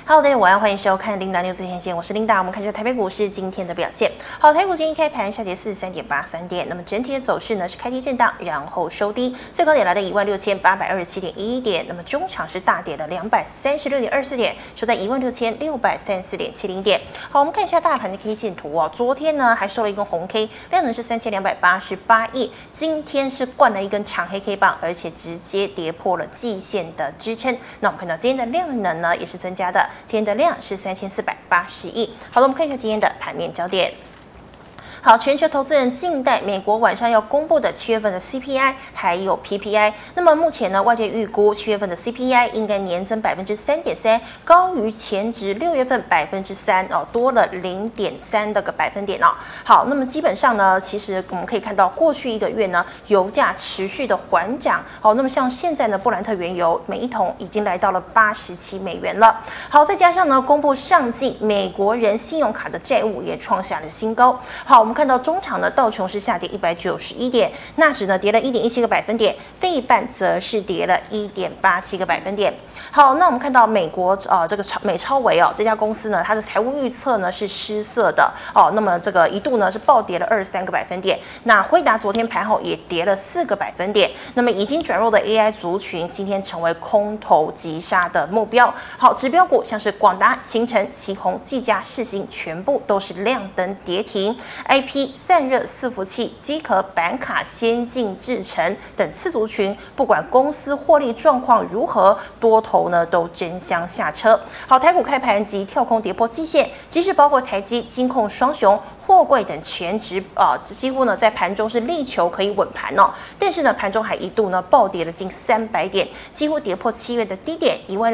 Hello， 大家晚安，欢迎收看琳达牛最前线，我是琳达。我们看一下台北股市今天的表现。好，台股今天一开盘下跌43.83点，那么整体的走势呢是开低震荡，然后收低，最高点来到16827.11点，那么中场是大跌了236.24点，收在16634.70点。好，我们看一下大盘的 K 线图哦，昨天呢还收了一根红 K， 量能是3288亿，今天是灌了一根长黑 K 棒，而且直接跌破了季线的支撑。那我们看到今天的量能呢也是增加的。今天的量是3480亿。好了，我们看一下今天的盘面焦点。好，全球投资人静待美国晚上要公布的7月份的 CPI 还有 PPI。那么目前呢，外界预估7月份的 CPI 应该年增3.3%，高于前值6月份3%哦，多了0.3个百分点哦。好，那么基本上呢，其实我们可以看到过去一个月呢，油价持续的缓涨。好，那么像现在呢，布兰特原油每一桶已经来到了87美元了。好，再加上呢，公布上季美国人信用卡的债务也创下了新高。好，我们看到中场呢，道琼是下跌191点，纳指呢跌了1.17个百分点，费半则是跌了1.87个百分点。好，那我们看到美国这个美超微哦这家公司呢，它的财务预测呢是失色的哦，那么这个一度呢是暴跌了23个百分点。那辉达昨天盘后也跌了4个百分点。那么已经转弱的 AI 族群今天成为空头急杀的目标。好，指标股像是广达、勤诚、奇鋐、技嘉、世芯全部都是亮灯跌停。IP 散热伺服器、机壳、板卡、先进制程等次族群，不管公司获利状况如何，多头呢都争相下车。好，台股开盘即跳空跌破季线，即使包括台积、金控双雄、货柜等全指几乎呢在盘中是力求可以稳盘哦，但是呢盘中还一度呢暴跌了近300点，几乎跌破7月的低点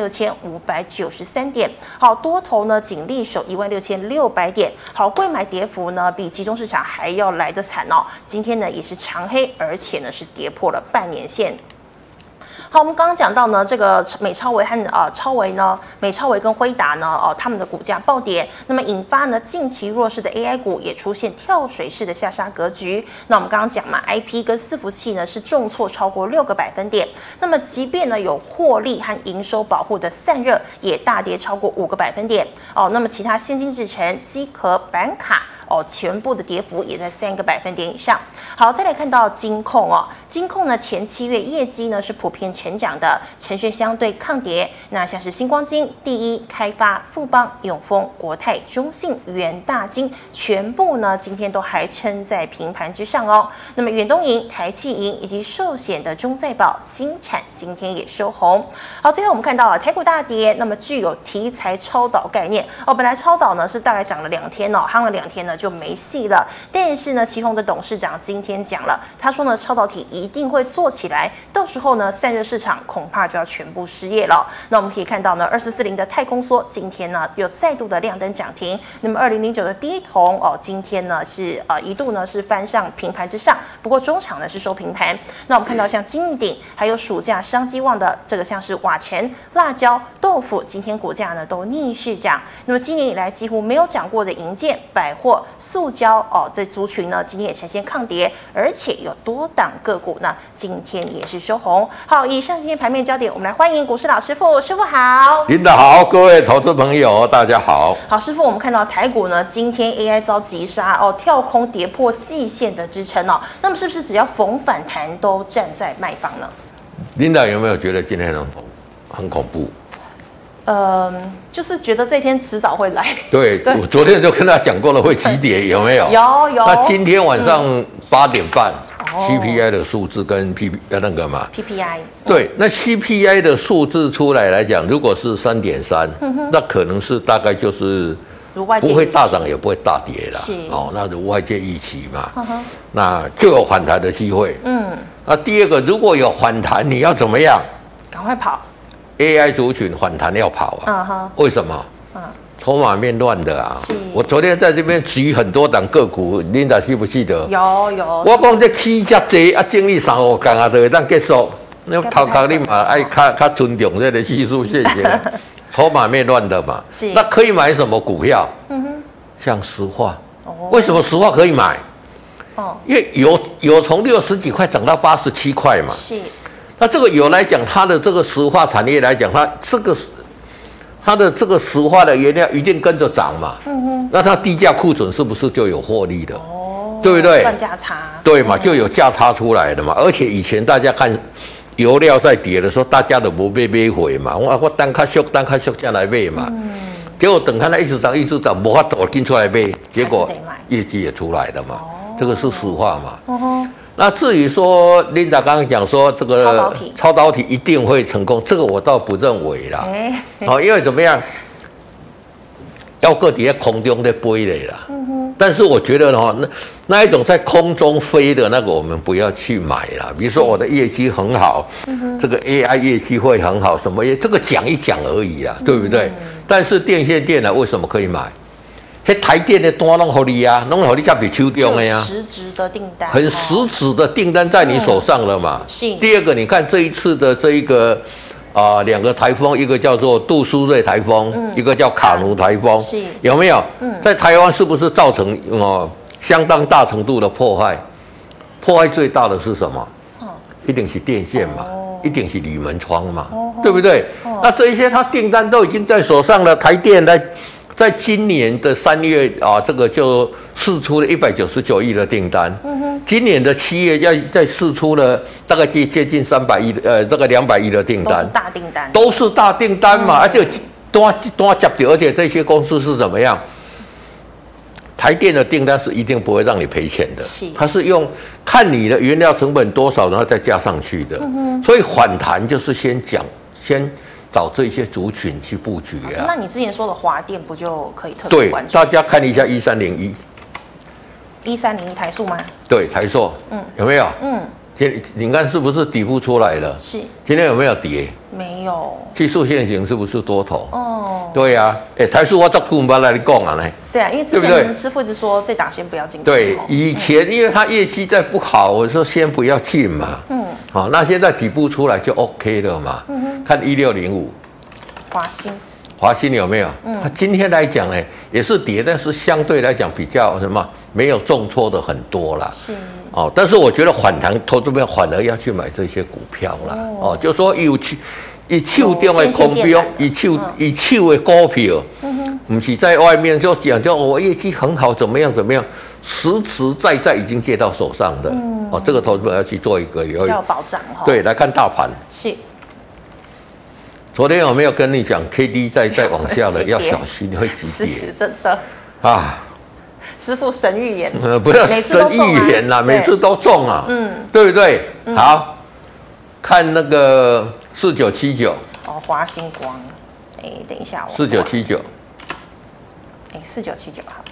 16593点。好，多头呢仅力守16600点。好，柜买跌幅呢比集中市场还要来得惨哦，今天呢也是长黑，而且呢是跌破了半年线。好，我们刚刚讲到呢，这个美超微和超微呢，美超微跟辉达呢，他们的股价暴跌，那么引发呢近期弱势的 AI 股也出现跳水式的下杀格局。那我们刚刚讲嘛 ，IP 跟伺服器呢是重挫超过6个百分点，那么即便呢有获利和营收保护的散热也大跌超过5个百分点哦。那么其他先进制程、机壳、板卡。全部的跌幅也在3个百分点以上。好，再来看到金控哦，金控呢前7月业绩呢是普遍成长的，呈现相对抗跌。那像是星光金、第一开发、富邦、永丰、国泰、中信、元大金，全部呢今天都还撑在平盘之上哦。那么远东银、台企银以及寿险的中再保、新产今天也收红。好，最后我们看到台股大跌，那么具有题材超导概念哦，本来超导呢是大概涨了2天哦，夯了2天呢。就没戏了。但是呢，奇鋐的董事长今天讲了，他说呢，超导体一定会做起来，到时候呢，散热市场恐怕就要全部失业了。那我们可以看到呢，2440的太空梭今天呢又再度的亮灯涨停。那么2009的第一铜哦，今天呢是一度呢是翻上平盘之上，不过中场呢是收平盘。那我们看到像金鼎还有暑假商机旺的这个像是瓦城、辣椒、豆腐，今天股价呢都逆势涨。那么今年以来几乎没有涨过的营建、百货。塑胶哦，这族群呢今天也呈现抗跌，而且有多档个股呢今天也是收红。好，以上今天盘面焦点，我们来欢迎股市老师傅，师傅好。 领导好，各位投资朋友大家好。 好，师傅，我们看到台股呢今天 AI 遭急杀哦，跳空跌破季线的支撑哦，那么是不是只要逢反弹都站在卖方呢？ 领导有没有觉得今天很恐怖？ 就是觉得这一天迟早会来。 对，我昨天就跟他讲过了，会急跌，有没有？ 有。 那今天晚上8点半，CPI 的数字跟那个嘛 PPI。 对，那 CPI 的数字出来讲，如果是3.3，那可能是大概就是不会大涨，也不会大跌啦。哦，那如外界预期嘛，那就有反弹的机会。那第二个，如果有反弹，你要怎么样？ 赶快跑。 AI 族群反弹要跑啊！为什么？筹码面乱的啊！我昨天在这边举很多档个股，Linda记不记得？ 有。 我讲这起价低啊，整理3-5天啊，就会当结束。那头壳你嘛爱较尊重这个技术线型，筹码面乱的嘛。那可以买什么股票？像石化。为什么石化可以买？因为油从60几块涨到87块嘛。是。那这个油来讲，它的这个石化产业来讲，它这个它的这个石化的原料一定跟着涨嘛，那它低价库存是不是就有获利的？对不对？ 赚价差， 对嘛，就有价差出来的嘛。而且以前大家看油料在跌的时候，大家都不买回嘛，我单卡缩下来买嘛。结果等看它一直涨，没法度进出来买，结果业绩也出来了嘛。这个是实话嘛。那至于说Linda刚刚讲说这个超导体一定会成功，这个我倒不认为啦。因为怎么样，要个底在空中在飞的啦。但是我觉得那一种在空中飞的那个，我们不要去买啦。比如说我的业绩很好，这个 AI 业绩会很好，什么这个讲一讲而已啊，对不对？但是电线电缆为什么可以买？台电的单弄好你啊，弄好你才比手中的呀。 实质的订单， 很实质的订单在你手上了嘛。第二个，你看这一次的这一个2个台风，一个叫做杜苏芮台风，一个叫卡努台风，有没有？在台湾是不是造成相当大程度的破坏？破坏最大的是什么？一定是电线嘛，一定是铝门窗嘛，对不对？那这一些它订单都已经在手上了，台电在今年的3月这个就释出了199亿的订单。今年的7月要再释出了大概接近300亿这个200亿的订单， 都是大订单， 都是大订单嘛，而且多接到，而且这些公司是怎么样？台电的订单是一定不会让你赔钱的，它是用看你的原料成本多少，然后再加上去的。所以反弹就是先找这些族群去布局啊。 那你之前说的华电不就可以特别关注？ 对，大家看一下1301 台塑吗？ 对，台塑，有没有？你看是不是底部出来了？ 是。 今天有没有跌？ 没有。 技术线型是不是多头？对呀。台塑我早苦不来你讲啊呢。 对啊，因为之前师傅一直说这档先不要进去。 对，以前因为它业绩在不好，我说先不要进嘛。那现在底部出来就 OK 了嘛。看1605。华兴有没有？它今天来讲呢，也是跌，但是相對来讲比较什么，没有重挫的很多啦。 是。 但是我觉得反弹，投资者反而要去买这些股票啦。就说以手中的空标，以手的股票，不是在外面就讲我业绩很好，怎么样，实实在在已经接到手上的。这个投资者要去做一个比较保障哈。 对，来看大盘。 是。 昨天有没有跟你讲 ，KD 再往下了，要小心会急跌。 是真的啊！师傅神预言， 不要神预言啦，每次都中啊，对不对？好，看那个4979。 华星光，等一下 ，4979。 4979好。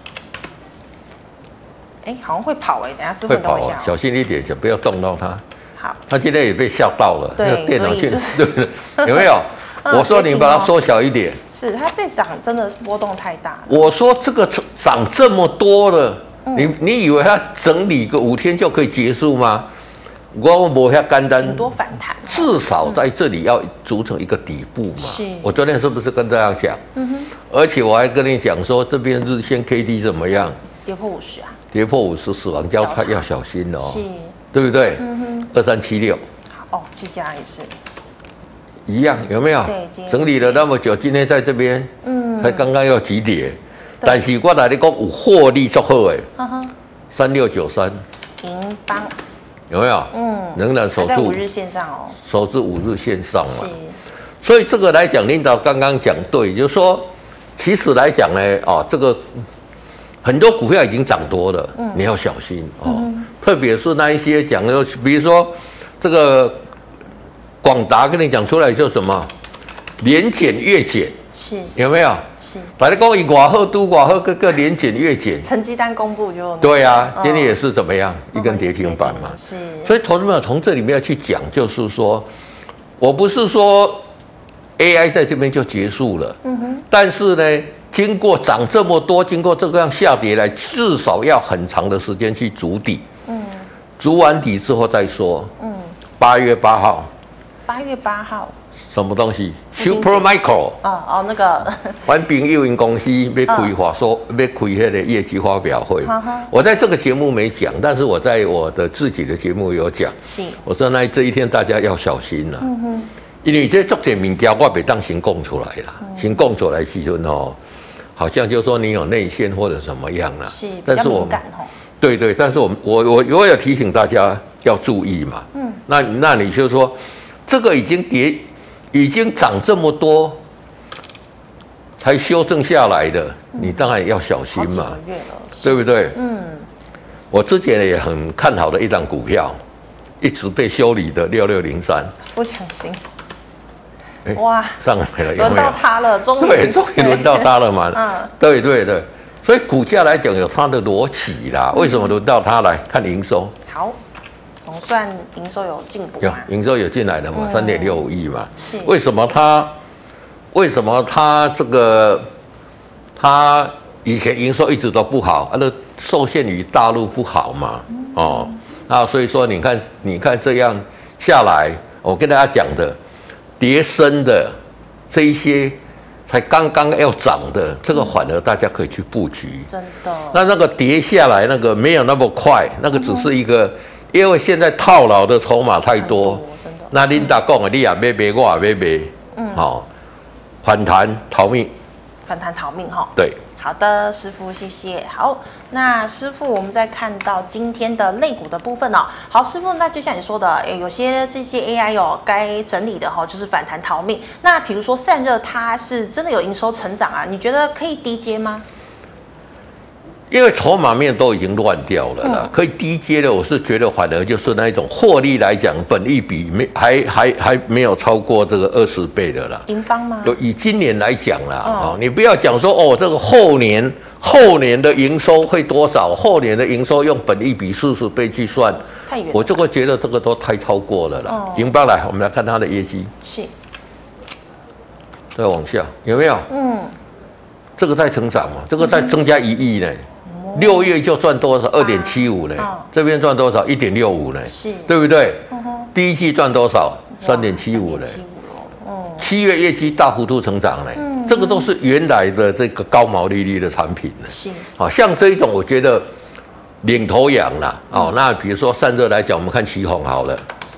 好像会跑等一下师傅等我一下， 小心一点，不要动到它。 好， 他今天也被吓到了， 对， 电脑线对，有没有？我说你把它缩小一点。 是，它这涨真的波动太大了。 我说这个涨这么多了，你以为它整理个5天就可以结束吗？我没遐简单， 很多反弹， 至少在这里要组成一个底部嘛。 是， 我昨天是不是跟大家讲？而且我还跟你讲说，这边日线 KD 怎么样？ 跌破50啊！ 跌破50，死亡交叉要小心哦。 是。 对不对？2376， 技嘉也是一样，有没有？ 对， 整理了那么久，今天在这边，才刚刚要急跌，但是我来你讲有获利足好的，3693， 平邦有没有？仍然守住 5日线上哦， 守住5日线上嘛。所以这个来讲，领导刚刚讲对，就是说，其实来讲呢，这个很多股票已经涨多了，你要小心哦。特别是那一些讲的，比如说这个广达跟你讲出来就什么年减月减， 是有没有？是，大家讲以寡后都寡后个年减月减， 成绩单公布就对啊，今天也是怎么样，一根跌停板嘛。 是， 所以投资者从这里面要去讲，就是说我不是说 AI 在这边就结束了，但是呢。经过涨这么多，经过这个样下跌来，至少要很长的时间去筑底。筑完底之后再说。8月8号。 8月8号。 什么东西 ？Supermicro。 那个。 环评幼营公司要开话说，要开那个业绩发表会。我在这个节目没讲，但是我在我的自己的节目有讲。 是。 我说这一天大家要小心了。 因为这足些物件我袂当先讲出来啦，先讲出来时阵哦，好像就说你有内线或者什么样啦。 是，比较敏感哦。 对对，但是我有提醒大家要注意嘛。那你就说这个已经涨这么多，才修正下来的，你当然要小心嘛。 好几个月了， 对不对？我之前也很看好的一档股票，一直被修理的6603。 不相信。哇， 上来了， 轮到它了，终于对，终于轮到它了嘛。对对对，所以股价来讲有它的逻辑啦。为什么轮到它来看营收？ 好，总算营收有进步嘛？ 营收有进来的嘛，3.65亿嘛。 是。 为什么它这个它以前营收一直都不好，那受限于大陆不好嘛？所以说你看这样下来，我跟大家讲的。跌升的这一些才刚刚要涨的，这个反而大家可以去布局。 真的。 那个跌下来那个没有那么快，那个只是一个，因为现在套牢的筹码太多。 真的。那琳达讲的，你也要买，我也要买。反弹逃命。 反弹逃命哈。 对。 好的，师傅，谢谢。好，那师傅，我们再看到今天的类股的部分哦。好，师傅，那就像你说的，有些这些 AI 该整理的就是反弹逃命。那比如说散热，它是真的有营收成长啊？你觉得可以低接吗？ 因为筹码面都已经乱掉了啦，可以低接的，我是觉得反而就是那一种获利来讲，本益比还没有超过这个20倍的啦。 银邦吗？ 以今年来讲啦，你不要讲说这个后年的营收会多少，后年的营收用本益比40倍去算， 太远了， 我就会觉得这个都太超过了啦。银邦来，我们来看它的业绩， 是， 再往下有没有？这个在成长嘛，这个在增加1亿呢。6月就赚多少？2.75呢？这边赚多少？1.65呢？是，对不对？第一季赚多少？3.75呢？7月业绩大幅度成长呢，这个都是原来的这个高毛利率的产品呢。是，像这一种，我觉得领头羊啦。那比如说散热来讲，我们看奇鋐好了。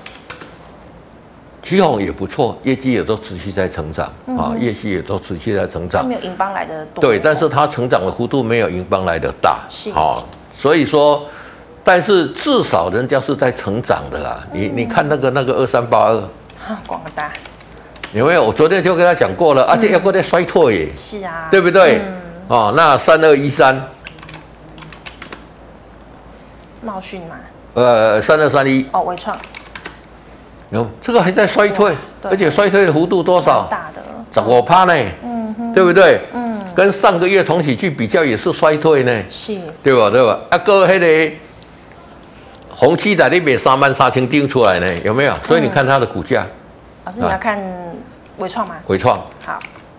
奇鋐也不错，业绩也都持续在成长业绩也都持续在成长。 没有银邦来的多。 对，但是它成长的幅度没有银邦来的大。是所以说，但是至少人家是在成长的啦。你看那个2382， 广大， 有没有？我昨天就跟他讲过了，而且要过在衰退耶。 是啊， 对不对？那3213， 茂讯嘛 ，3231， 微创。 这个还在衰退，而且衰退的幅度多少？ 大的 15%呢，对不对？跟上个月同期去比较也是衰退呢，是，对吧？个那个红旗在那边33000定出来呢，有没有？所以你看它的股价。 老师，你要看微创吗？ 微创， 好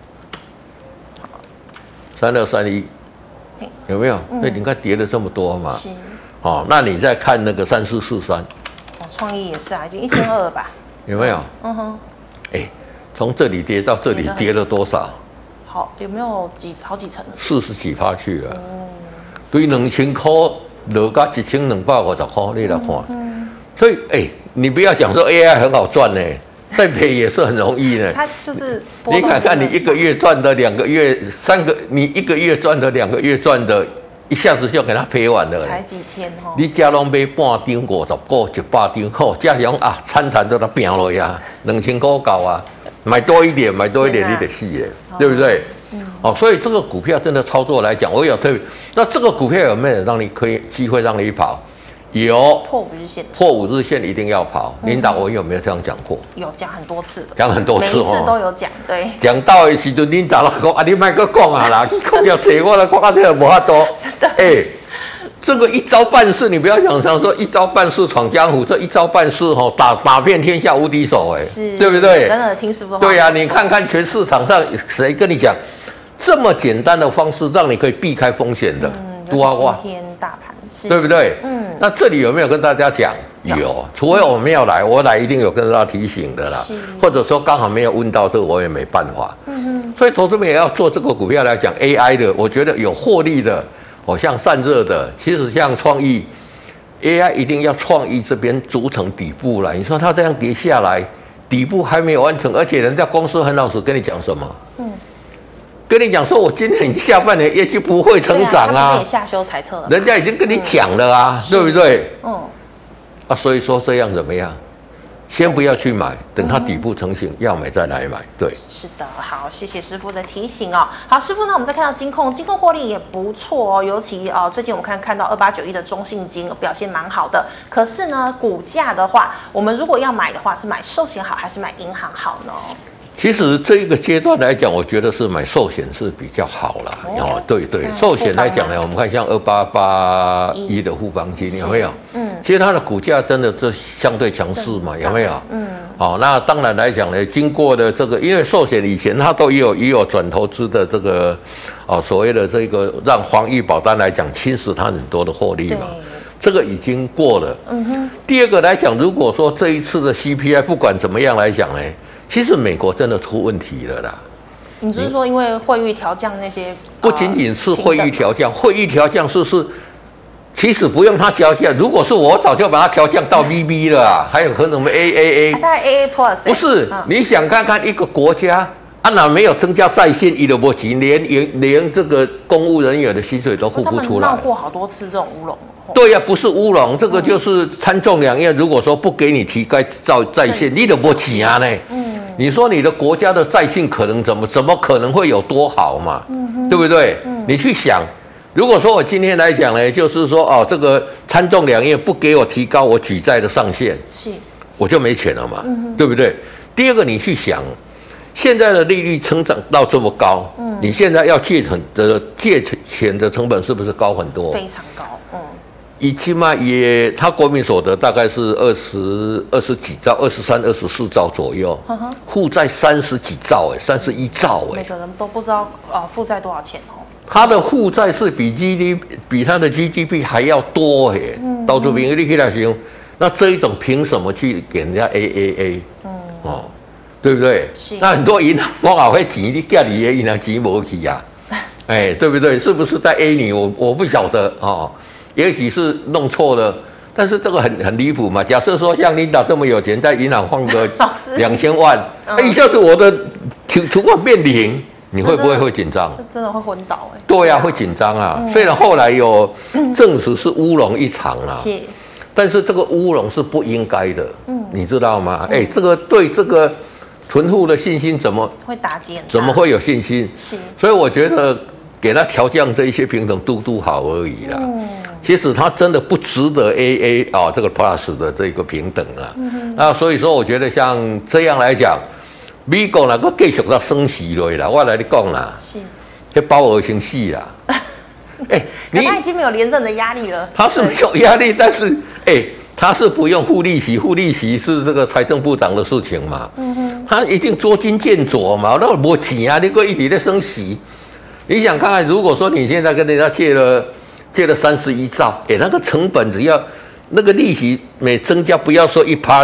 ，3231，有没有？你看跌了这么多嘛，是，那你再看那个3443。 创意也是啊，已经1200了吧？ 有没有？从这里跌到这里跌了多少？ 好，有没有好几成 ？40几%去了。对，2000块落到1250块，你来看。所以，你不要讲说 AI 很好赚呢，再赔也是很容易呢。 它就是你看看你1个月赚的2个月3个，你1个月赚的2个月赚的。一下子就给他赔完了， 才几天你家拢买半张50个100张，这样餐餐都他拼了呀，2000块搞啊，买多一点你得死耶，对不对？所以这个股票真的操作来讲，我有特别。那这个股票有没有让你可以机会让你跑？有， 破5日线， 破5日线一定要跑。领导，我有没有这样讲过？ 有讲很多次了， 讲很多次， 每一次都有讲，对。 讲到的时候，领导讲你别个讲啊啦，讲要扯我了，讲这无法多。 真的， 这个一招半式，你不要讲说一招半式闯江湖，这一招半式打遍天下无敌手，对不对？ 真的听师傅的话。 对呀，你看看全市场上谁跟你讲这么简单的方式，让你可以避开风险的？ 今天大盘。 对不对？那这里有没有跟大家讲？有，除非我没有来，我来一定有跟大家提醒的啦。或者说刚好没有问到这个，我也没办法。所以投资们也要做这个股票来讲 AI 的，我觉得有获利的，像散热的，其实像创意 AI 一定要创意这边组成底部了。你说它这样跌下来， 底部还没有完成，而且人家公司很老实跟你讲什么？跟你讲说，我今年下半年业绩不会成长啊， 他也下修财测了， 人家已经跟你讲了啊，对不对？所以说这样怎么样？先不要去买，等它底部成型，要买再来买。对， 是的，好，谢谢师傅的提醒哦。好，师傅呢，我们再看到金控获利也不错哦，尤其最近我们看到2891的中信金表现蛮好的。可是呢，股价的话，我们如果要买的话，是买寿险好还是买银行好呢？ 其实这一个阶段来讲，我觉得是买寿险是比较好啦。对，寿险来讲呢，我们看像2881的富邦金有没有？其实它的股价真的就相对强势嘛，有没有？好，那当然来讲呢，经过的这个，因为寿险以前它都也有转投资的这个所谓的这个让防疫保单来讲侵蚀它很多的获利嘛，这个已经过了。第二个来讲，如果说这一次的 CPI 不管怎么样来讲呢，其实美国真的出问题了啦。 你是说因为汇率调降那些？ 不仅仅是汇率调降，汇率调降是。其实不用它调降，如果是我早就把它调降到 BB 了啊，还有可能我们 AAA， 大概 AA Plus， 不是？你想看看一个国家哪没有增加在线医疗保险，连这个公务人员的薪水都付不出来。 他们闹过好多次这种乌龙。 对呀，不是乌龙，这个就是参众两院如果说不给你提高在线，你都没钱啊呢。你说你的国家的在线可能怎么可能会有多好嘛？对不对？你去想。如果说我今天来讲呢，就是说这个参众两院不给我提高我举债的上限，我就没钱了嘛，对不对？第二个，你去想，现在的利率成长到这么高，你现在要借钱的成本是不是高很多？ 非常高， 以起码他国民所得大概是20几兆，23、24兆左右，负债30几兆31兆每个人都不知道负债多少钱哦。 他的负债是比他的 GDP 还要多到这边你可以来形容，那这一种凭什么去给人家 AAA？对不对？那很多银行我也会钱，你叫你的银行钱没去呀，对不对？是不是在 A 你？我不晓得也许是弄错了，但是这个很离谱嘛。假设说像琳达这么有钱，在银行放个2000万，一下子我的存款变0。你会不会紧张？ 真的会昏倒对呀，会紧张啊。虽然后来有证实是乌龙一场啊，但是这个乌龙是不应该的，你知道吗？这个对这个存户的信心怎么会打击？ 怎么会有信心？所以我觉得给他调降这一些平等度好而已啦。其实他真的不值得 AA 这个 Plus 的这个平等啊。那所以说，我觉得像这样来讲。美国那个继续到升息了啦，我来你讲啦，那鲍尔先死啦。 他已经没有连任的压力了。 他是没有压力，但是他是不用付利息，付利息是这个财政部长的事情嘛。他一定捉襟见肘嘛，那没钱啊，你个一直在升息。你想看看，如果说你现在跟人家借了31兆，那个成本只要。那个利息每增加不要说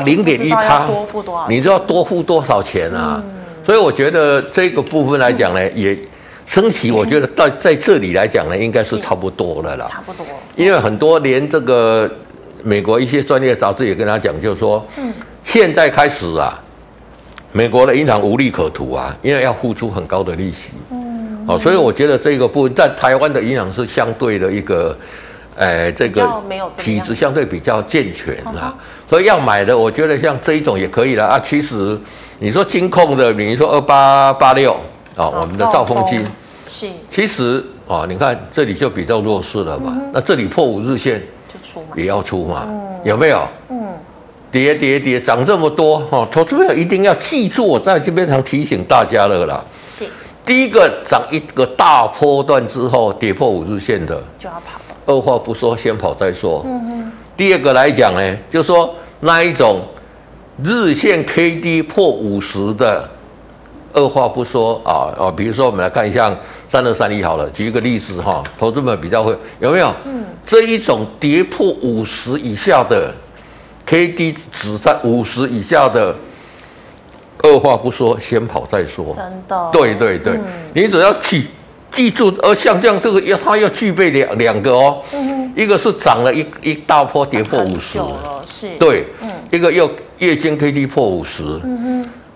1%、0.1%，你知道多付多少钱啊？所以我觉得这个部分来讲呢，也升息，我觉得在这里来讲呢，应该是差不多了啦。差不多。因为很多连这个美国一些专业杂志也跟他讲，就是说，现在开始啊，美国的银行无利可图啊，因为要付出很高的利息。所以我觉得这个部分在台湾的银行是相对的一个。这个体质相对比较健全啦，所以要买的，我觉得像这一种也可以了啊。其实你说金控的，你说2886我们的兆丰金是，其实你看这里就比较弱势了嘛。那这里破5日线就出嘛，也要出嘛，有没有？跌涨这么多投资者一定要记住，我在这边常提醒大家了啦。是，第一个涨一个大波段之后跌破5日线的就要跑。二话不说，先跑再说。第二个来讲呢，就是说那一种日线 K D 破50的，二话不说比如说我们来看一下3231好了，举一个例子投资们比较会有没有？这一种跌破50以下的 K D 只在50以下的，二话不说，先跑再说。真的，对，你只要记住，像这样这个它要具备两个一个是涨了一大波跌破50，对，一个又月线 K D 破50，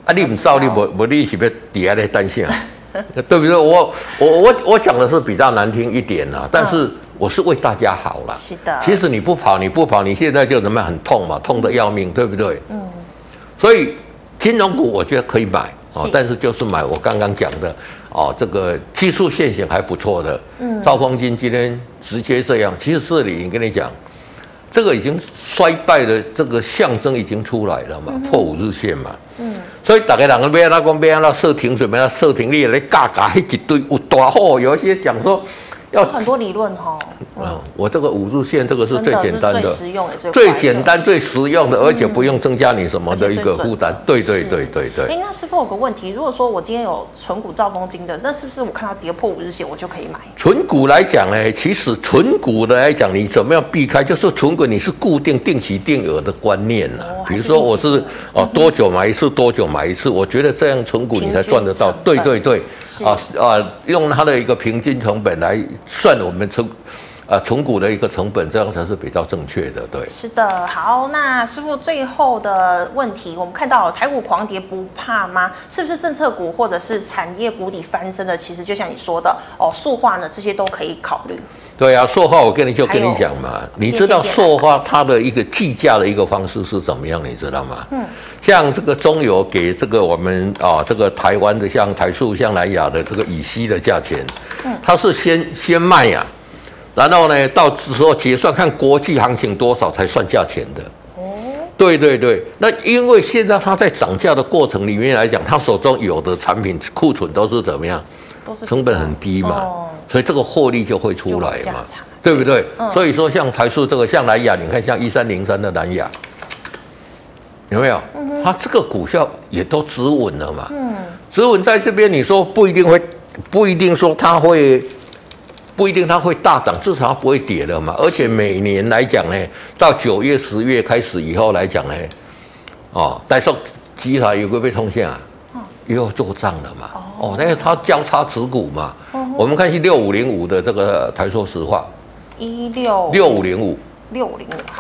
啊，你不照你不你是不是底下在担心啊？对不对？我讲的是比较难听一点啦，但是我是为大家好啦。 是的。 其实你不跑，你现在就怎么样很痛嘛，痛得要命，对不对？所以金融股我觉得可以买哦，但是就是买我刚刚讲的哦，这个技术线型还不错的。兆丰金今天直接这样，其实这里跟你讲，这个已经衰败的这个象征已经出来了嘛，破5日线嘛。所以大家人都要那设停损，要设停利来嘎嘎一堆有大货，有一些讲说有很多理论哈。 我这个5日线这个是最简单的、 最实用的、 最简单、最实用的，而且不用增加你什么的一个负担。对。 那师傅有个问题，如果说我今天有存股兆丰金的，那是不是我看到跌破5日线我就可以买？ 存股来讲呢，其实存股的来讲，你怎么样避开？就是存股你是固定定期定额的观念啦。比如说我是多久买一次，多久买一次，我觉得这样存股你才赚得到。对。用它的一个平均成本来算我们存股的一个成本，这样才是比较正确的。对， 是的。好，那师傅最后的问题，我们看到台股狂跌不怕吗？是不是政策股或者是产业谷底翻身的？其实就像你说的塑化呢，这些都可以考虑。 对啊，塑化我跟你讲嘛，你知道塑化它的一个计价的一个方式是怎么样？你知道吗？像这个中油给这个我们这个台湾的像台塑、像南亚的这个乙烯的价钱，它是先卖呀。然后呢，到时候结算看国际行情多少才算价钱的。对。那因为现在它在涨价的过程里面来讲，它手中有的产品库存都是怎么样？成本很低嘛，所以这个获利就会出来嘛，对不对？所以说像台塑这个，像南亚，你看像1303的南亚，有没有？它这个股票也都止稳了嘛。止稳在这边，你说不一定说它会。不一定它会大涨，至少它不会跌了嘛。而且每年来讲呢，到9月、10月开始以后来讲呢，台塑集团有个被冲线啊，又要做账了嘛。那个它交叉持股嘛。我们看是6505的这个台塑石化，6505 好，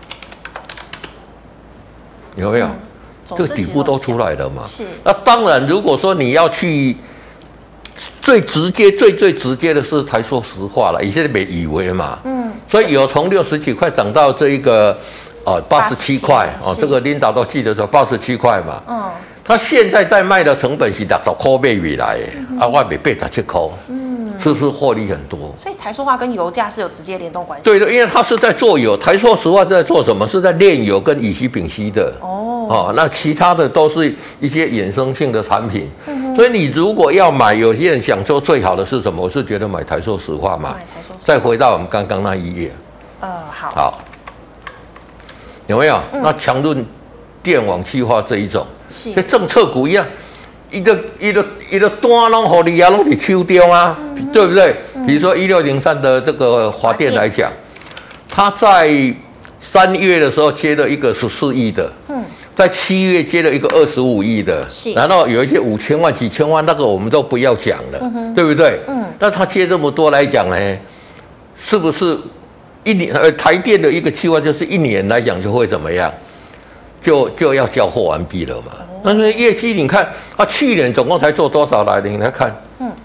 有没有？这个底部都出来了嘛。 是。 那当然，如果说你要去。最直接的是台塑石化了，以前没以为嘛，所以有从60几块涨到这一个87块这个领导都记得说87块嘛，他现在在卖的成本是60块卖回来的，我卖87块，是不是获利很多？ 所以台塑化跟油价是有直接联动关系。 对的，因为它是在做油，台塑石化是在做什么？是在炼油跟乙烯、丙烯的。那其他的都是一些衍生性的产品。所以你如果要买，有些人想说最好的是什么？我是觉得买台塑石化嘛。再回到我们刚刚那一页。好。有没有？那强韧电网气化这一种，跟政策股一样。一个单拢互你啊，拢伫手中啊，对不对？比如说1603的这个华电来讲，它在3月的时候接了一个14亿的，在7月接了一个25亿的，然后有一些5000万、几千万，那个我们都不要讲了，对不对？那他接这么多来讲呢，是不是一年？台电的一个计划就是1年来讲就会怎么样？就要交货完毕了嘛。那个业绩你看，他去年总共才做多少来？你来看，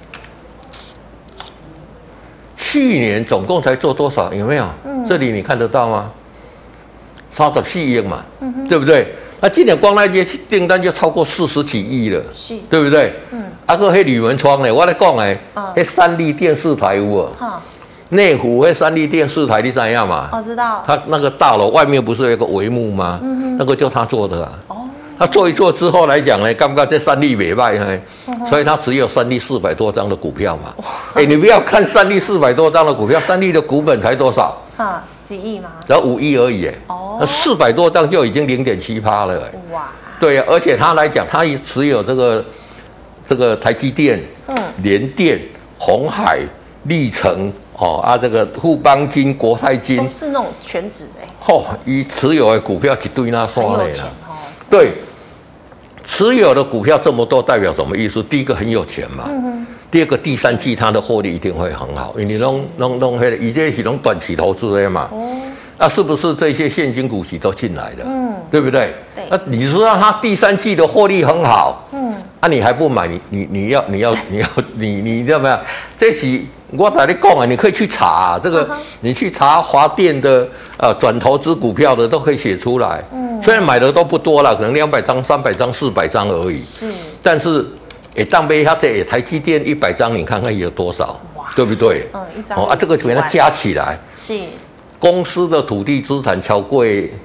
去年总共才做多少？有没有？这里你看得到吗？34亿嘛，对不对？那今年光那些订单就超过40几亿了，对不对？个迄铝门窗呢，我来讲哎，迄3立电视台有无？内湖迄3立电视台你知道吗？ 我知道。 他那个大楼外面不是有一个帷幕吗？那个就他做的啊。他做一做之后来讲呢，感觉这3立没卖呢，所以他只有3立400多张的股票嘛。你不要看3立400多张的股票，3立的股本才多少？ 几亿吗？ 只要5亿而已。那400多张就已经0.7%了。哇！对啊，而且他来讲，他也持有这个台积电、联电、鸿海、力成这个富邦金、国泰金都是那种全职以持有的股票一堆那刷嘞啦。对。持有的股票这么多，代表什么意思？第一个很有钱嘛，第二个第3季它的获利一定会很好，因为你弄以这是短期投资的嘛。 是不是这些现金股息都进来了？对不对？对。那你说让它第3季的获利很好，你还不买？你要不要？这是我跟你讲啊，你可以去查这个，你去查华电的转投资股票的都可以写出来。虽然买的都不多了，可能200张、300张、400张而已。是。但是当杯它这台积电100张，你看看有多少？对不对？ 一张这个给它加起来是。 公司的土地资产超过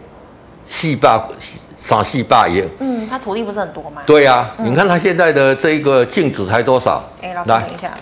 300-400亿。它土地不是很多吗？ 对啊，你看它现在的这个净值才多少？ 老师等一下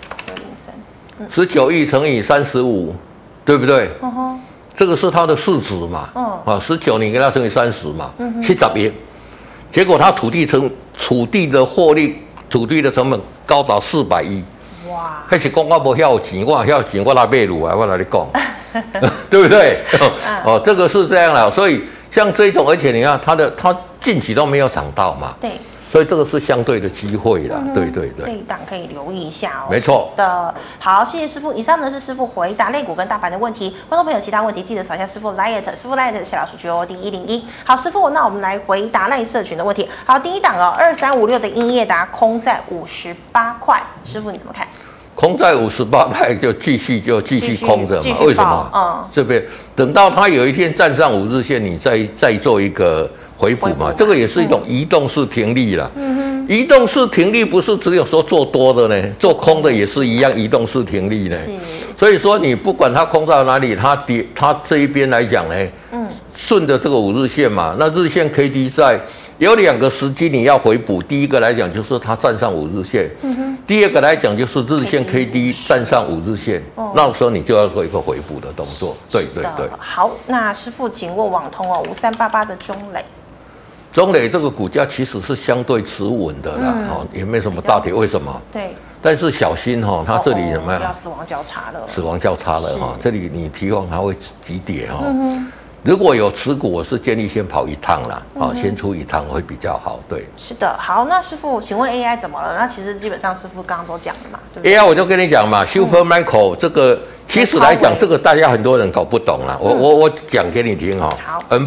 ，203，19亿乘以35，对不对？这个是它的市值嘛？19你给它乘以30嘛，70亿。结果它土地的获利、土地的成本高达400亿。哇！还是讲我不晓钱，我晓钱我来买路啊，我来你讲。对不对？这个是这样的，所以像这种，而且你看它近期都没有涨到嘛， 对， 所以这个是相对的机会啦，对， 这一档可以留意一下哦。 没错的，好，谢谢师傅。以上呢是师傅回答类股跟大盘的问题，观众朋友其他问题记得扫一下师傅 Light， 师傅 Light 小老鼠 GOD101。好，师傅，那我们来回答赖社群的问题。好，第一档2356的英业达空在58块，师傅你怎么看？ 空在58块就继续空着嘛？为什么？这边等到它有一天站上5日线，你再做一个回补嘛？这个也是一种移动式停利啦。移动式停利不是只有说做多的呢，做空的也是一样移动式停利呢。所以说你不管它空到哪里，它这一边来讲呢，顺着这个5日线嘛，那日线 K D 在。有2个时机你要回补，第一个来讲就是它站上5日线，第二个来讲就是日线 K D 站上5日线，那时候你就要做一个回补的动作。对。 好，那师傅请问网通5388的中磊这个股价其实是相对持稳的啦，也没什么大跌，为什么？ 对。 但是小心它这里有没有要死亡交叉了？ 死亡交叉了这里你提防它会急跌如果有持股，我是建议先跑一趟啦，先出一趟会比较好。对， 是的。好，那师傅，请问 AI 怎么了？那其实基本上师傅刚刚都讲了嘛，对不对 ？AI 我就跟你讲嘛，Supermicro 这个其实来讲，这个大家很多人搞不懂啦。我讲给你听好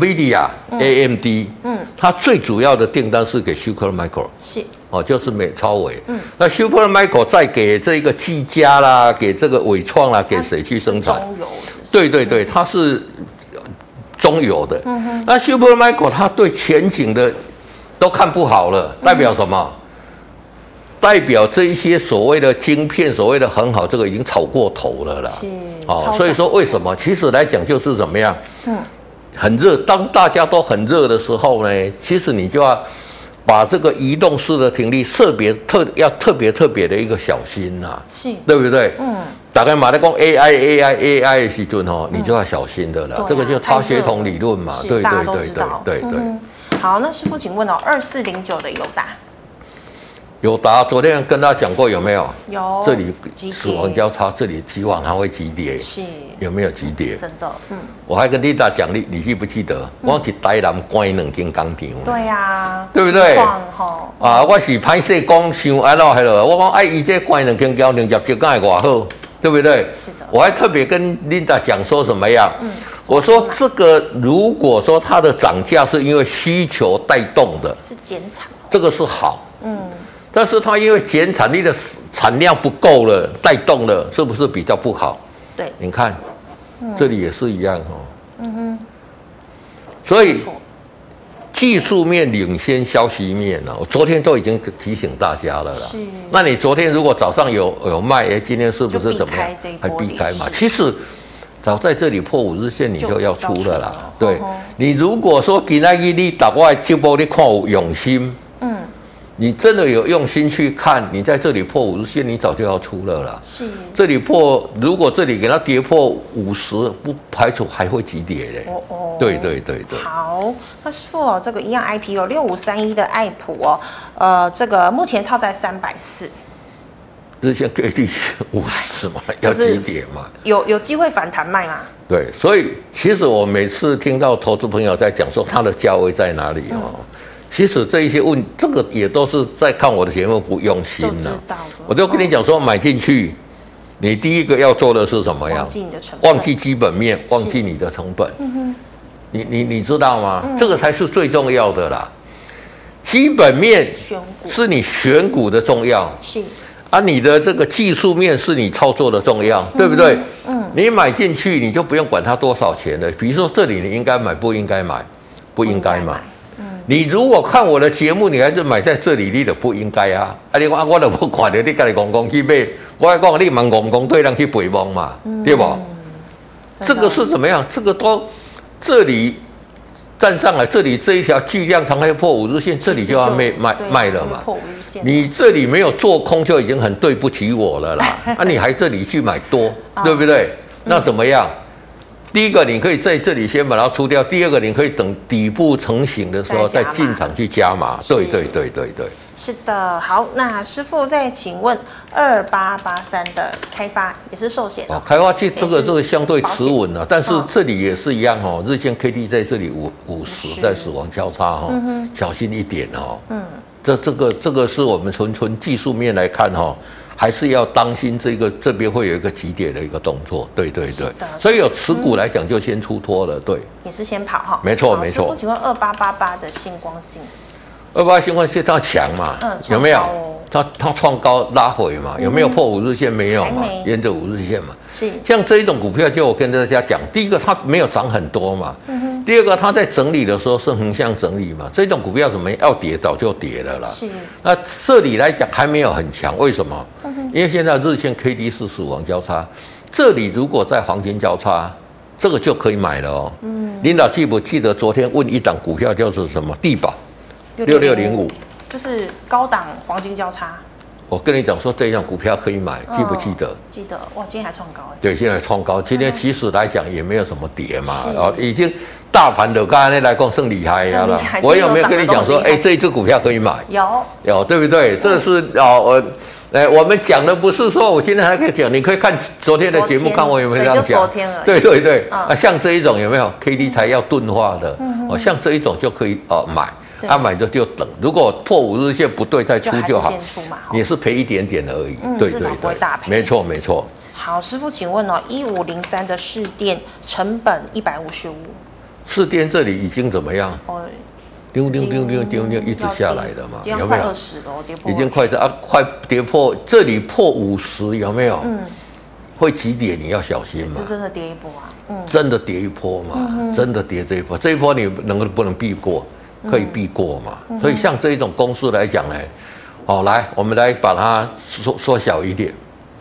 ，NVIDIA、AMD，它最主要的订单是给 Supermicro， 是就是美超微。那 Supermicro 再给这个技嘉啦，给这个伟创啦，给谁去生产？ 中游。 对，它是。中游的，那 Supermicro 它对前景的都看不好了，代表什么？代表这一些所谓的晶片，所谓的很好，这个已经炒过头了啦。所以说为什么？其实来讲就是怎么样？很热。当大家都很热的时候呢，其实你就要把这个移动式的停利要特别的一个小心呐，对不对？大概马来讲 AI 的时阵你就要小心的了。这个就超协同理论嘛，对。 好，那师傅请问2409的友达昨天跟他讲过有没有？ 有。 这里死亡交叉，这里期望它会急跌， 是有没有急跌？ 真的， 我还跟Linda讲，你记不记得？我去台南关2间工厂。 对呀， 对不对？我是歹势讲想安怎我讲伊这关2间交2业绩敢会偌好？对不对？ 是的， 我还特别跟 Linda 讲说什么样？我说这个如果说它的涨价是因为需求带动的， 是减产， 这个是好。但是它因为减产，你的产量不够了，带动了，是不是比较不好？ 对， 你看，这里也是一样所以技术面领先消息面了，我昨天都已经提醒大家了啦。那你昨天如果早上有卖，今天是不是怎么样？还避开嘛？其实早在这里破5日线，你就要出了啦。对，你如果说今天你打过来直播，你看有用心，你真的有用心去看，你在这里破5日线，你早就要出了啦。 是， 这里如果这里给它跌破50，不排除还会急跌嘞。对。 好，那师傅这个一样 IP 6531的爱普这个目前套在340。 日线 K D 50嘛，要急跌嘛， 有机会反弹卖吗？ 对，所以其实我每次听到投资朋友在讲说它的价位在哪里其实这一些这个也都是在看我的节目不用心我就跟你讲说买进去， 你第一个要做的是什么样？ 忘记你的成本， 忘记基本面，忘记你的成本。你知道吗？这个才是最重要的啦。基本面是你选股的重要， 是啊，你的这个技术面是你操作的重要，对不对？你买进去你就不用管它多少钱了。比如说这里你应该买，不应该买，不应该买。你如果看我的节目，你还是买在这里，你就不应该啊！啊，你讲我都不看到你家己公公去买，我还讲你蛮公公对人去陪忙嘛，对不？这个是怎么样？这个都这里站上来，这里这一条巨量长黑破5日线，这里就要卖了嘛。你这里没有做空就已经很对不起我了啦。啊，你还这里去买多，对不对？那怎么样？第一个，你可以在这里先把它出掉；第二个，你可以等底部成型的时候再进场去加码。对。 是的，好，那师傅再请问2883的开发也是寿险哦， 开发这个相对持稳了，但是这里也是一样哦，日线 K D 在这里50在死亡交叉哈，小心一点哦。这个是我们纯技术面来看哈。还是要当心这边会有一个急跌的一个动作，对，所以有持股来讲就先出脱了，对， 也是先跑哈， 没错。 师傅，请问2888的星光金 ，28星光金它强嘛，有没有？它创高拉回嘛，有没有破5日线？没有嘛，沿着5日线嘛。 是像这一种股票，就我跟大家讲，第一个它没有涨很多嘛，第二个它在整理的时候是横向整理嘛，这种股票怎么要跌早就跌了啦。 是。 那这里来讲还没有很强，为什么？因为现在日线 K D 是死亡交叉，这里如果在黄金交叉，这个就可以买了哦。领导记不记得昨天问一档股票叫做什么？地保6605。 就是高档黄金交叉， 我跟你讲说这样股票可以买，记不记得？ 记得，哇，今天还创高哎。 对，现在创高，今天其实来讲也没有什么跌嘛，已经大盘的刚才来讲算厉害呀了。我有没有跟你讲说，这一只股票可以买？有，对不对？这是我们讲的不是说我今天还可以讲，你可以看昨天的节目，看我有没有这样讲。对，像这一种有没有 K D 才要钝化的？像这一种就可以买。买就等，如果破5日线不对再出就好，也是赔一点点而已。对， 至少不会大赔。 没错。 好，师傅，请问1503的市电成本155， 市电这里已经怎么样？丢，一直下来了嘛？有没有 ？20了，跌破。 已经快跌破，这里破50有没有？会急跌，你要小心嘛。 这真的跌一波啊！ 真的跌一波嘛？真的跌这一波，这一波你不能避过？可以避过嘛？所以像这一种公司来讲呢，来我们来把它缩小一点。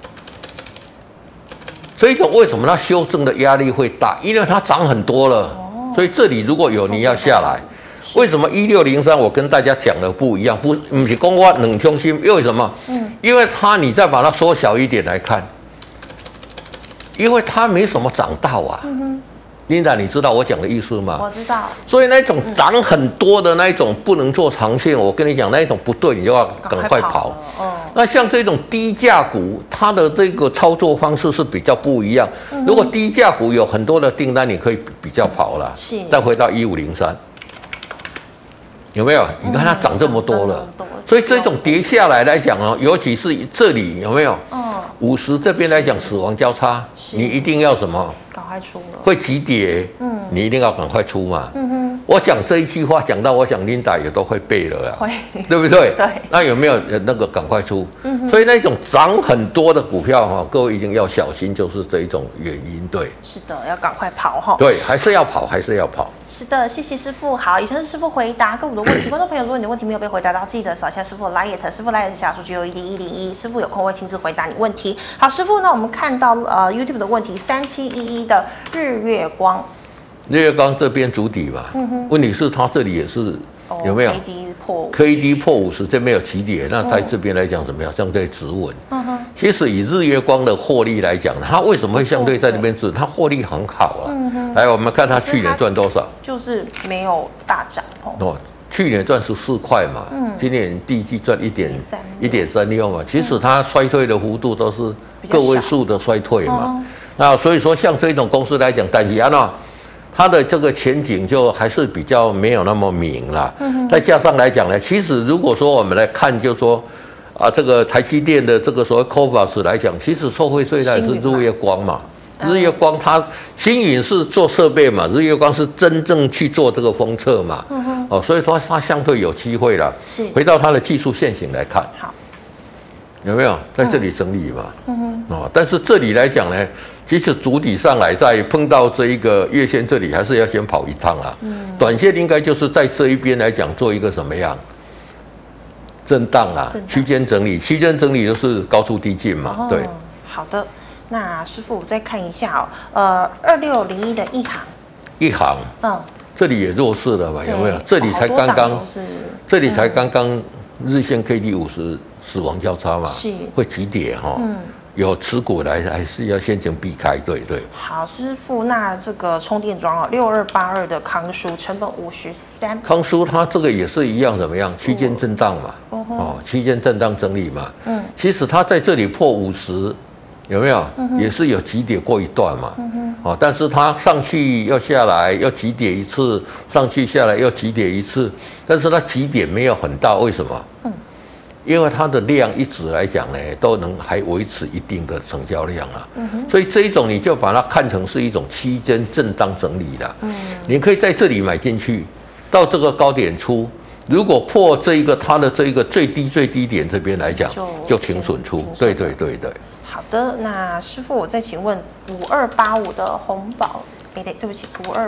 这一种为什么它修正的压力会大？因为它涨很多了，所以这里如果有你要下来。为什么1603我跟大家讲的不一样？不是公话冷中心，因为什么？因为你再把它缩小一点来看，因为它没什么涨到啊。Linda， 你知道我讲的意思吗？ 我知道。 所以那种涨很多的那一种不能做长线，我跟你讲，那一种不对，你就要赶快跑。那像这种低价股，它的这个操作方式是比较不一样。如果低价股有很多的订单，你可以比较跑了。再回到1503，有没有？你看它涨这么多了，所以这种跌下来来讲尤其是这里有没有？50这边来讲死亡交叉，你一定要什么？ 赶快出了， 会急跌，你一定要赶快出嘛。我讲这一句话讲到，我想 Linda 也都会背了啦，对不对？ 对。 那有没有那个赶快出？所以那种涨很多的股票各位一定要小心，就是这一种原因。对， 是的，要赶快跑对，还是要跑。 是的，谢谢师傅。好，以上是师傅回答各位的问题。观众朋友，如果你的问题没有被回答到，记得扫一下师傅的 Line， 师傅 Line 小数据有10101，师傅有空会亲自回答你问题。好，师傅，那我们看到YouTube 的问题3711的日月光这边主底嘛，问题是它这里也是有没有 K D 破50，这边有起跌，那在这边来讲怎么样？相对止稳。其实以日月光的获利来讲，它为什么会相对在这边止？它获利很好啊。来，我们看它去年赚多少？ 就是没有大涨去年赚14块嘛，今年第一季赚1.36嘛。其实它衰退的幅度都是个位数的衰退嘛。那所以说，像这种公司来讲，但是它的这个前景就还是比较没有那么明啦。再加上来讲呢，其实如果说我们来看，就是说， 这个台积电的这个所谓 CoVAS 来讲，其实受惠最大是日月光嘛。日月光它星云是做设备嘛，日月光是真正去做这个封测嘛。所以说它相对有机会了。是。回到它的技术线型来看，好，有没有在这里整理嘛？但是这里来讲呢，其实主体上来再碰到这一个月线这里，还是要先跑一趟啊。短线应该就是在这一边来讲做一个什么样？震荡啊，区间整理，区间整理就是高出低进嘛。对。 好的，那师傅再看一下2601的一航，这里也弱势了嘛？有没有？这里才刚刚日线 K D 50死亡交叉嘛，是会急跌哈。有持股来还是要先行避开，对。 好，师傅，那这个充电桩6282的康舒成本53， 康舒它这个也是一样，怎么样？区间震荡嘛，区间震荡整理嘛。其实它在这里破50，有没有？也是有急跌过一段嘛。但是它上去又下来，又急跌一次，上去下来又急跌一次，但是它急跌没有很大，为什么？因为它的量一直来讲呢，都能还维持一定的成交量啊，所以这一种你就把它看成是一种区间震荡整理的，你可以在这里买进去，到这个高点出，如果破这一个它的这一个最低点这边来讲，就停损出，对。 好的，那师傅，我再请问5285的红宝，对不起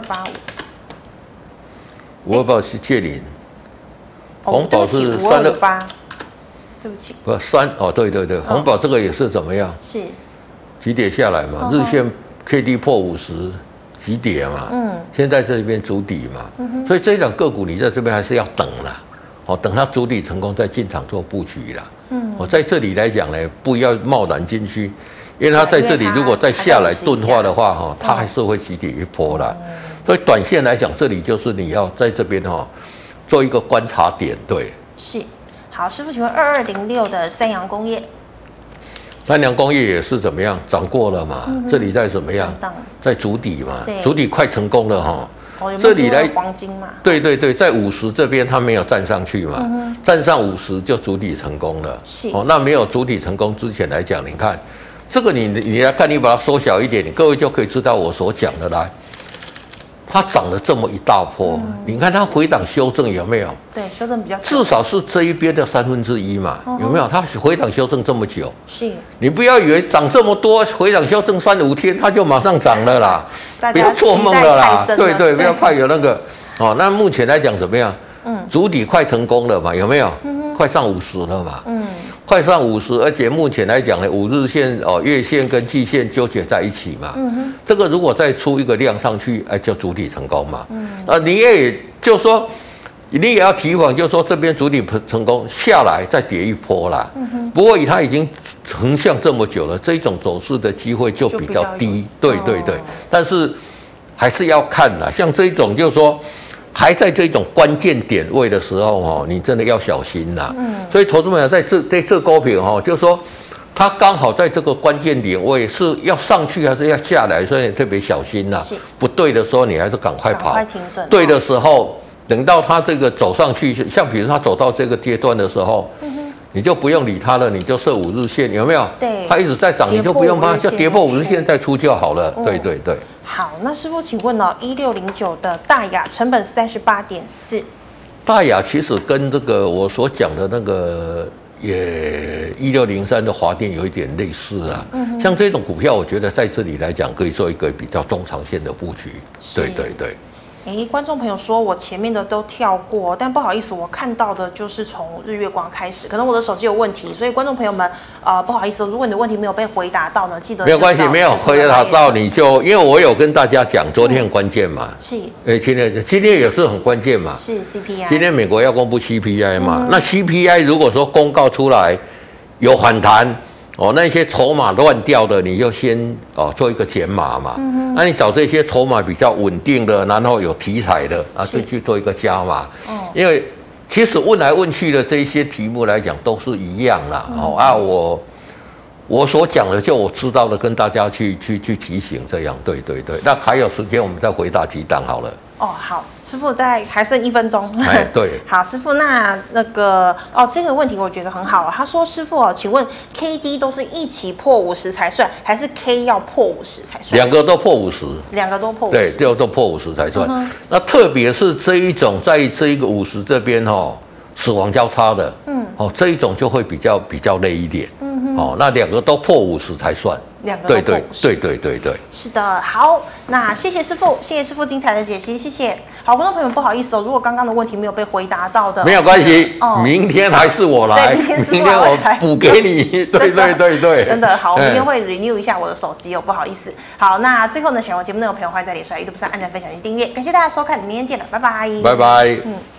，5285是借零，红宝是 5258。对不起， 对，红宝这个也是怎么样？是急跌下来嘛，日线 K D 破50，急跌嘛，现在这边筑底嘛，所以这一档个股你在这边还是要等啦，等它筑底成功再进场做布局啦。在这里来讲呢，不要贸然进去，因为它在这里如果再下来钝化的话，它还是会急跌一波啦。所以短线来讲，这里就是你要在这边做一个观察点，对。 是。好，师傅，请问2206的三洋工业， 三洋工业也是怎么样涨过了嘛？这里在怎么样？在筑底嘛，筑底快成功了哈。 这里来黄金嘛？ 对，在50这边它没有站上去嘛，站上50就筑底成功了。是那没有筑底成功之前来讲，你看这个你来看，你把它缩小一点，各位就可以知道我所讲的来。它涨了这么一大波，你看它回档修正有没有？ 对，修正比较至少是这一边的1/3嘛，有没有？它回档修正这么久， 是你不要以为涨这么多，回档修正3-5天它就马上涨了啦，不要做梦了啦，对，不要怕有那个那目前来讲怎么样？筑底快成功了嘛，有没有？快上50了嘛，快上50，而且目前来讲呢，5日线月线跟季线纠结在一起嘛，这个如果再出一个量上去，就筑底成功嘛，你也就说，你也要提防，就是说这边筑底成功下来再跌一波啦，不过它已经横向这么久了，这种走势的机会就比较低，对，但是还是要看啦，像这种就是说。还在这种关键点位的时候，你真的要小心啦。所以投资者在这股票就是说，它刚好在这个关键点位是要上去还是要下来，所以你特别小心啦。不对的时候，你还是赶快跑。对的时候，等到它这个走上去，像比如它走到这个阶段的时候，你就不用理它了，你就设5日线，有没有？对，它一直在涨，你就不用怕，就跌破5日线再出就好了。对。 好，那师傅，请问1609的大雅成本38.4， 大雅其实跟这个我所讲的那个也1603的华电有一点类似啊。像这种股票，我觉得在这里来讲，可以做一个比较中长线的布局。对。 观众朋友说我前面的都跳过，但不好意思，我看到的就是从日月光开始，可能我的手机有问题，所以观众朋友们，不好意思，如果你的问题没有被回答到呢，记得没有关系，没有回答到你就，因为我有跟大家讲，昨天很关键嘛，是，今天也是很关键嘛， 是 CPI， 今天美国要公布 CPI 嘛，那 CPI 如果说公告出来有反弹。那些筹码乱掉的，你就先做一个减码嘛。那你找这些筹码比较稳定的，然后有题材的就去做一个加码。因为其实问来问去的这些题目来讲都是一样啦。 我所讲的，就我知道的，跟大家去提醒，这样，对。那还有时间，我们再回答几档好了。 哦，好，师傅还剩1分钟。 哎，对。 好，师傅，那个这个问题我觉得很好。他说，师傅请问 KD 都是一起破50才算，还是 K 要破50才算？ 两个都破50， 两个都破50， 对，都破50才算。那特别是这一种，在这一个50这边死亡交叉的，这一种就会比较累一点，那两个都破50才算， 两个都破50， 对， 是的，好，那谢谢师傅精彩的解析，谢谢。好，观众朋友们，不好意思如果刚刚的问题没有被回答到的， 没有关系，明天还是我来，明天我补给你，对， 真的好，我明天会 renew 一下我的手机不好意思。好，那最后呢，喜欢我节目内容的朋友，欢迎在脸书、YouTube 上按赞、分享及订阅，感谢大家收看，明天见了，拜拜， 拜拜。